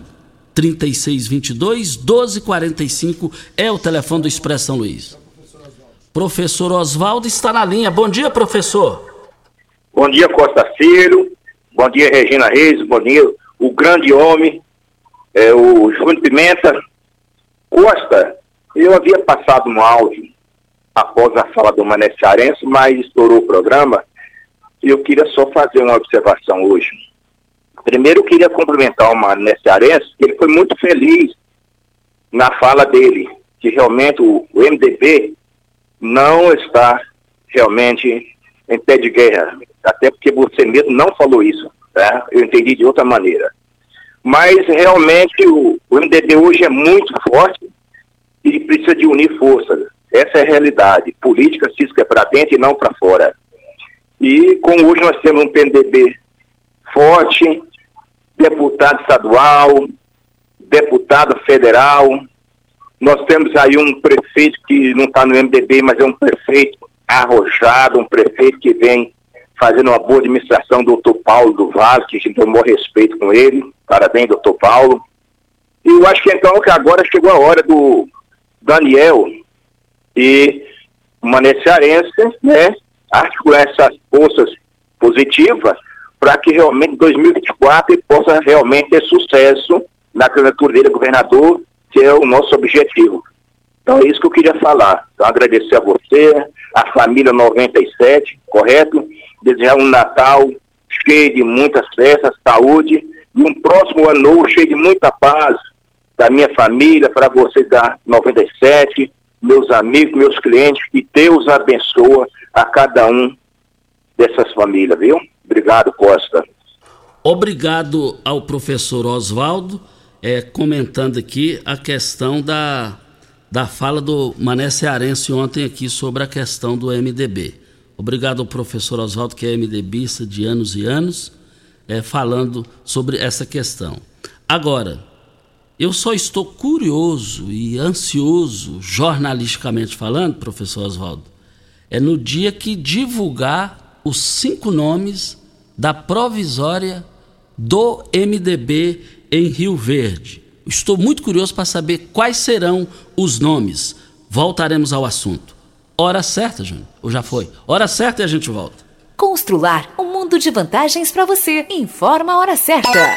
3622-1245 é o telefone do Expresso São Luís. Professor Oswaldo está na linha. Bom dia, professor. Bom dia, Costa Filho. Bom dia, Regina Reis. Bom dia, o grande homem, o Júnior Pimenta. Costa, eu havia passado um áudio após a fala do Mané Cearense, mas estourou o programa. E eu queria só fazer uma observação hoje. Primeiro, eu queria cumprimentar o Mané Cearense, que ele foi muito feliz na fala dele, que realmente o MDB não está realmente em pé de guerra, até porque você mesmo não falou isso, tá? Eu entendi de outra maneira. Mas realmente o MDB hoje é muito forte e precisa de unir forças. Essa é a realidade. Política se é para dentro e não para fora. E como hoje nós temos um PMDB forte, deputado estadual, deputado federal, nós temos aí um prefeito que não está no MDB, mas é um prefeito arrojado, um prefeito que vem fazendo uma boa administração, doutor Paulo do Vale, que a gente tem um bom respeito com ele. Parabéns, doutor Paulo. E eu acho que então que agora chegou a hora do Daniel e o Mané Cearense, né, articular essas forças positivas para que realmente em 2024 ele possa realmente ter sucesso na candidatura dele a governador, que é o nosso objetivo. Então é isso que eu queria falar. Então agradecer a você, a família 97, correto? Desejar um Natal cheio de muitas festas, saúde, e um próximo ano novo cheio de muita paz da minha família, para vocês da 97, meus amigos, meus clientes, que Deus abençoa a cada um dessas famílias, viu? Obrigado, Costa. Obrigado ao professor Oswaldo, comentando aqui a questão da fala do Mané Cearense ontem aqui sobre a questão do MDB. Obrigado ao professor Oswaldo, que é MDBista de anos e anos, falando sobre essa questão. Agora, eu só estou curioso e ansioso, jornalisticamente falando, professor Oswaldo, no dia que divulgar os 5 nomes da provisória do MDB em Rio Verde. Estou muito curioso para saber quais serão os nomes. Voltaremos ao assunto. Hora certa, Júnior? Ou já foi? Hora certa e a gente volta. Constrular um mundo de vantagens para você. Informa a hora certa.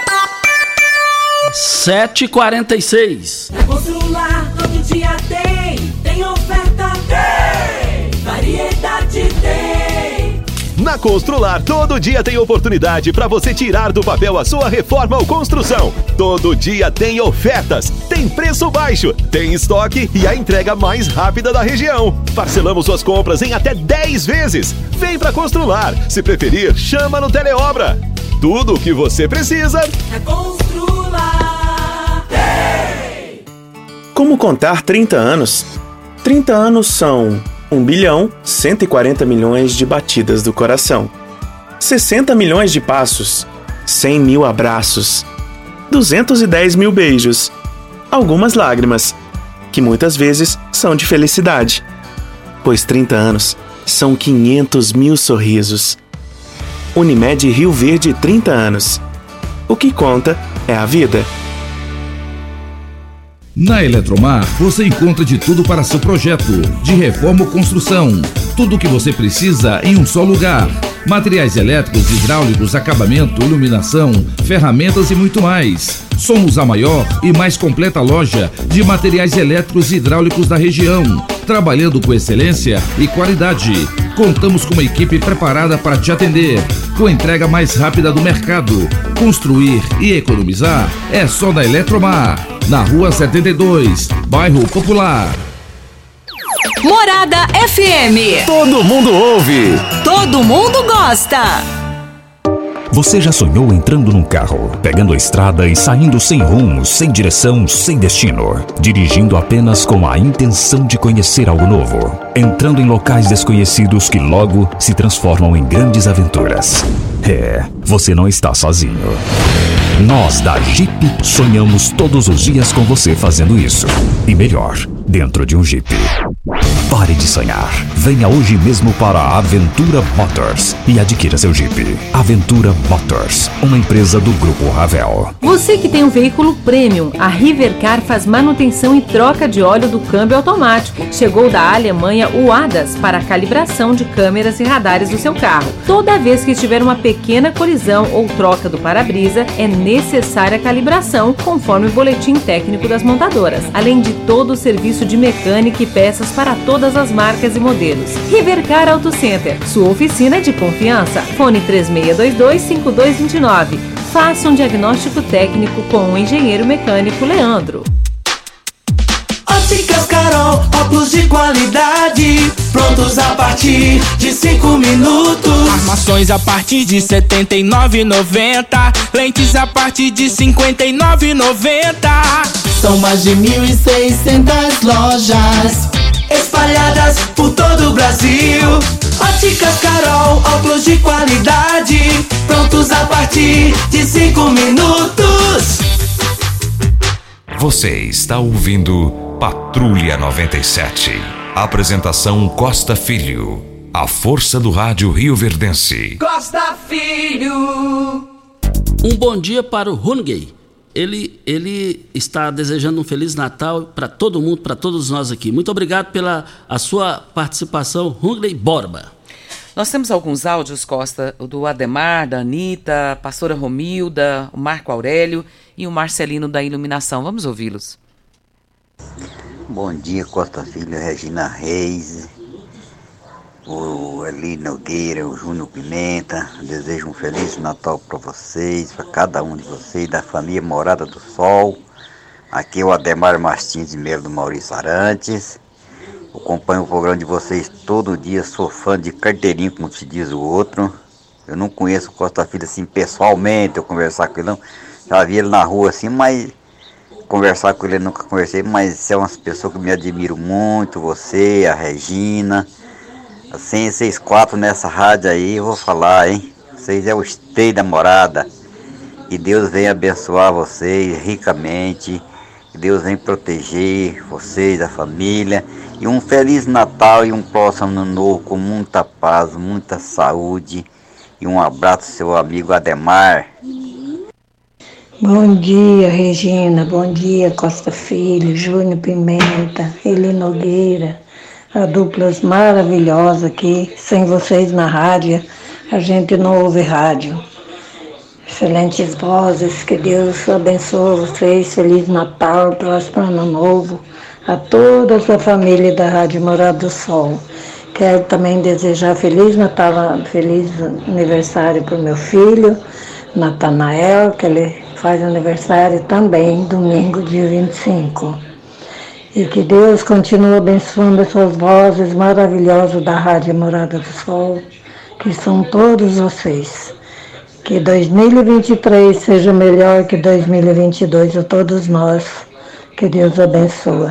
7h46. Na Constrular todo dia tem oferta, tem variedade, tem. Na Constrular, todo dia tem oportunidade para você tirar do papel a sua reforma ou construção. Todo dia tem ofertas, tem preço baixo, tem estoque e a entrega mais rápida da região. Parcelamos suas compras em até 10 vezes. Vem para Constrular. Se preferir, chama no Teleobra. Tudo o que você precisa. É Constrular. Como contar 30 anos? 30 anos são 1.140 bilhões de batidas do coração, 60 milhões de passos, 100 mil abraços, 210 mil beijos, algumas lágrimas, que muitas vezes são de felicidade, pois 30 anos são 500 mil sorrisos. Unimed Rio Verde, 30 anos. O que conta é a vida. Na Eletromar, você encontra de tudo para seu projeto, de reforma ou construção. Tudo o que você precisa em um só lugar. Materiais elétricos, hidráulicos, acabamento, iluminação, ferramentas e muito mais. Somos a maior e mais completa loja de materiais elétricos e hidráulicos da região, trabalhando com excelência e qualidade. Contamos com uma equipe preparada para te atender, com a entrega mais rápida do mercado. Construir e economizar é só na Eletromar, na Rua 72, Bairro Popular. Morada FM. Todo mundo ouve. Todo mundo gosta. Você já sonhou entrando num carro, pegando a estrada e saindo sem rumo, sem direção, sem destino, dirigindo apenas com a intenção de conhecer algo novo, entrando em locais desconhecidos que logo se transformam em grandes aventuras? Você não está sozinho. Nós da Jeep sonhamos todos os dias com você fazendo isso. E melhor, dentro de um Jeep. Pare de sonhar. Venha hoje mesmo para a Aventura Motors e adquira seu Jeep. Aventura Motors, uma empresa do Grupo Ravel. Você que tem um veículo premium, a Rivercar faz manutenção e troca de óleo do câmbio automático. Chegou da Alemanha o ADAS para a calibração de câmeras e radares do seu carro. Toda vez que tiver uma pequena colisão ou troca do para-brisa, é necessária a calibração, conforme o boletim técnico das montadoras, além de todo o serviço de mecânica e peças para todas as marcas e modelos. Rivercar Auto Center, sua oficina de confiança. Fone 3622-5229. Faça um diagnóstico técnico com o engenheiro mecânico Leandro. Óticas Carol, óculos de qualidade, prontos a partir de 5 minutos. Armações a partir de R$ 79,90, lentes a partir de R$ 59,90. São mais de 1.600 lojas espalhadas por todo o Brasil. Óticas Carol, óculos de qualidade, prontos a partir de 5 minutos. Você está ouvindo Patrulha 97. Apresentação Costa Filho. A força do rádio rioverdense. Costa Filho. Um bom dia para o Runguei. Ele está desejando um Feliz Natal para todo mundo, para todos nós aqui. Muito obrigado pela a sua participação, Runguei Borba. Nós temos alguns áudios, Costa, do Ademar, da Anitta, a pastora Romilda, o Marco Aurélio e o Marcelino da Iluminação. Vamos ouvi-los. Bom dia, Costa Filho, Regina Reis, o Eli Nogueira, o Júnior Pimenta. Desejo um Feliz Natal para vocês, para cada um de vocês, da família Morada do Sol. Aqui é o Ademar Martins de Melo, do Maurício Arantes. Eu acompanho o programa de vocês todo dia, sou fã de carteirinho, como se diz o outro. Eu não conheço o Costa Filho assim pessoalmente, eu conversar com ele não. Já vi ele na rua assim, mas conversar com ele eu nunca conversei, mas é umas pessoas que me admiram muito, você, a Regina. Assim, vocês quatro nessa rádio aí, eu vou falar, hein? Vocês é o esteio da morada. Que Deus venha abençoar vocês ricamente. Que Deus venha proteger vocês, a família. E um Feliz Natal e um próximo Ano Novo com muita paz, muita saúde. E um abraço, seu amigo Ademar. Bom dia, Regina. Bom dia, Costa Filho, Júnior Pimenta, Eli Nogueira. A duplas maravilhosa aqui. Sem vocês na rádio, a gente não ouve rádio. Excelentes vozes. Que Deus abençoe vocês. Feliz Natal, próximo Ano Novo. A toda a família da Rádio Morada do Sol. Quero também desejar Feliz Natal, feliz aniversário para o meu filho, Natanael, que ele faz aniversário também, domingo, dia 25. E que Deus continue abençoando as suas vozes maravilhosas da Rádio Morada do Sol, que são todos vocês. Que 2023 seja melhor que 2022 a todos nós. Que Deus abençoe.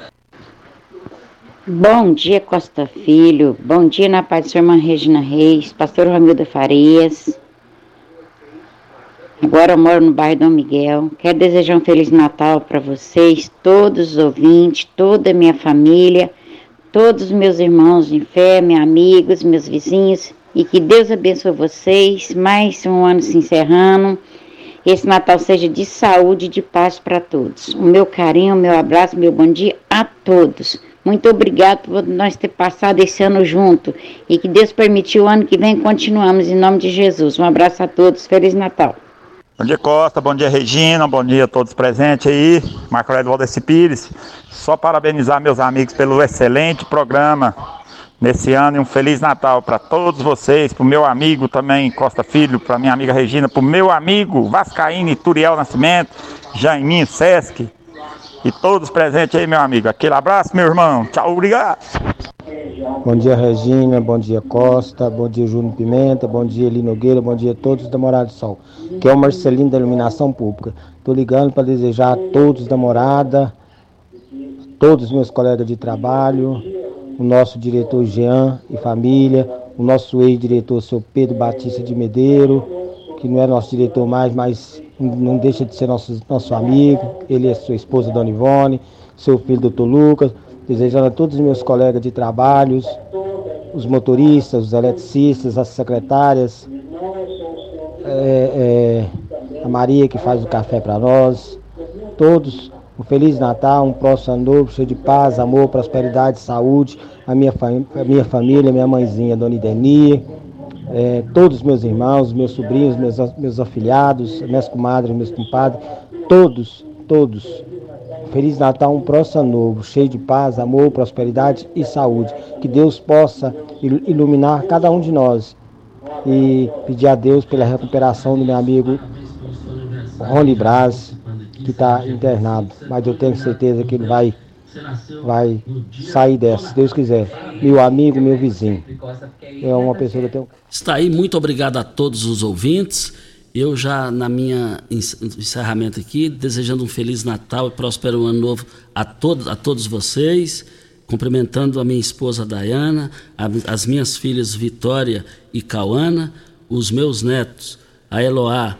Bom dia, Costa Filho. Bom dia na paz da sua irmã Regina Reis, pastor Romilda Farias. Agora eu moro no bairro Dom Miguel. Quero desejar um Feliz Natal para vocês, todos os ouvintes, toda a minha família, todos os meus irmãos de fé, meus amigos, meus vizinhos. E que Deus abençoe vocês. Mais um ano se encerrando. Esse Natal seja de saúde e de paz para todos. O meu carinho, o meu abraço, meu bom dia a todos. Muito obrigado por nós ter passado esse ano junto. E que Deus permitiu o ano que vem continuamos em nome de Jesus. Um abraço a todos. Feliz Natal. Bom dia, Costa. Bom dia, Regina. Bom dia a todos presentes aí. Marco Aurélio Valdeci Pires. Só parabenizar meus amigos pelo excelente programa nesse ano e um Feliz Natal para todos vocês, para o meu amigo também, Costa Filho, para minha amiga Regina, para o meu amigo Vascaíno Turiel Nascimento, Jaiminho Sesc e todos presentes aí, meu amigo. Aquele abraço, meu irmão. Tchau, obrigado. Bom dia, Regina, bom dia, Costa, bom dia, Júnior Pimenta, bom dia, Eli Nogueira, bom dia a todos da Morada do Sol, que é o Marcelino da Iluminação Pública. Estou ligando para desejar a todos da Morada, todos os meus colegas de trabalho, o nosso diretor Jean e família, o nosso ex-diretor, seu Pedro Batista de Medeiro, que não é nosso diretor mais, mas não deixa de ser nosso amigo, ele é sua esposa, Dona Ivone, seu filho, Dr. Lucas, desejando a todos os meus colegas de trabalhos, os motoristas, os eletricistas, as secretárias, a Maria que faz o café para nós, todos um Feliz Natal, um próximo ano novo, cheio de paz, amor, prosperidade, saúde, a minha família, minha mãezinha, Dona Ideni, todos os meus irmãos, meus sobrinhos, meus afilhados, minhas comadres, meus compadres, todos. Feliz Natal, um próximo ano novo, cheio de paz, amor, prosperidade e saúde. Que Deus possa iluminar cada um de nós. E pedir a Deus pela recuperação do meu amigo Rony Braz, que está internado. Mas eu tenho certeza que ele vai sair dessa, se Deus quiser. Meu amigo, meu vizinho. É uma pessoa que eu tenho... Está aí, muito obrigado a todos os ouvintes. Eu já, na minha encerramento aqui, desejando um Feliz Natal e próspero Ano Novo a todos vocês, cumprimentando a minha esposa Dayana, as minhas filhas Vitória e Cauana, os meus netos, a Eloá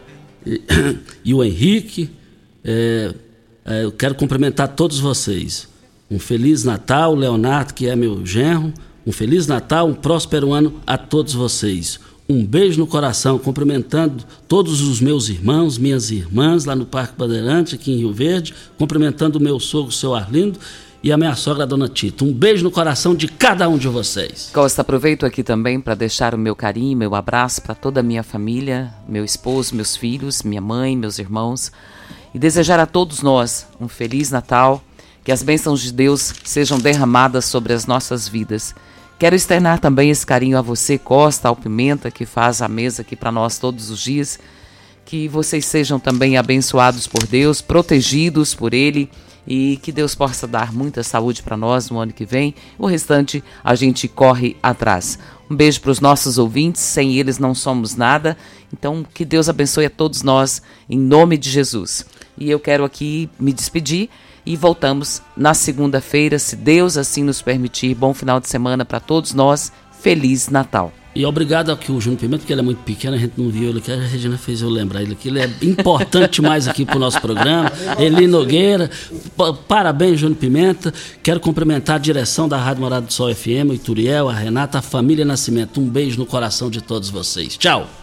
e o Henrique. Eu quero cumprimentar todos vocês. Um Feliz Natal, Leonardo, que é meu genro, um Feliz Natal, um próspero ano a todos vocês. Um beijo no coração, cumprimentando todos os meus irmãos, minhas irmãs, lá no Parque Bandeirante, aqui em Rio Verde, cumprimentando o meu sogro, o seu Arlindo, e a minha sogra, a dona Tita. Um beijo no coração de cada um de vocês. Costa, aproveito aqui também para deixar o meu carinho, meu abraço para toda a minha família, meu esposo, meus filhos, minha mãe, meus irmãos, e desejar a todos nós um Feliz Natal, que as bênçãos de Deus sejam derramadas sobre as nossas vidas. Quero externar também esse carinho a você, Costa, ao Pimenta, que faz a mesa aqui para nós todos os dias. Que vocês sejam também abençoados por Deus, protegidos por Ele, e que Deus possa dar muita saúde para nós no ano que vem. O restante a gente corre atrás. Um beijo para os nossos ouvintes, sem eles não somos nada. Então que Deus abençoe a todos nós, em nome de Jesus. E eu quero aqui me despedir. E voltamos na segunda-feira, se Deus assim nos permitir. Bom final de semana para todos nós. Feliz Natal. E obrigado aqui o Júnior Pimenta, porque ele é muito pequeno, a gente não viu ele aqui, a Regina fez eu lembrar ele aqui. Ele é importante mais aqui para o nosso programa. Eli Nogueira, parabéns, Júnior Pimenta. Quero cumprimentar a direção da Rádio Morada do Sol FM, o Ituriel, a Renata, a família Nascimento. Um beijo no coração de todos vocês. Tchau.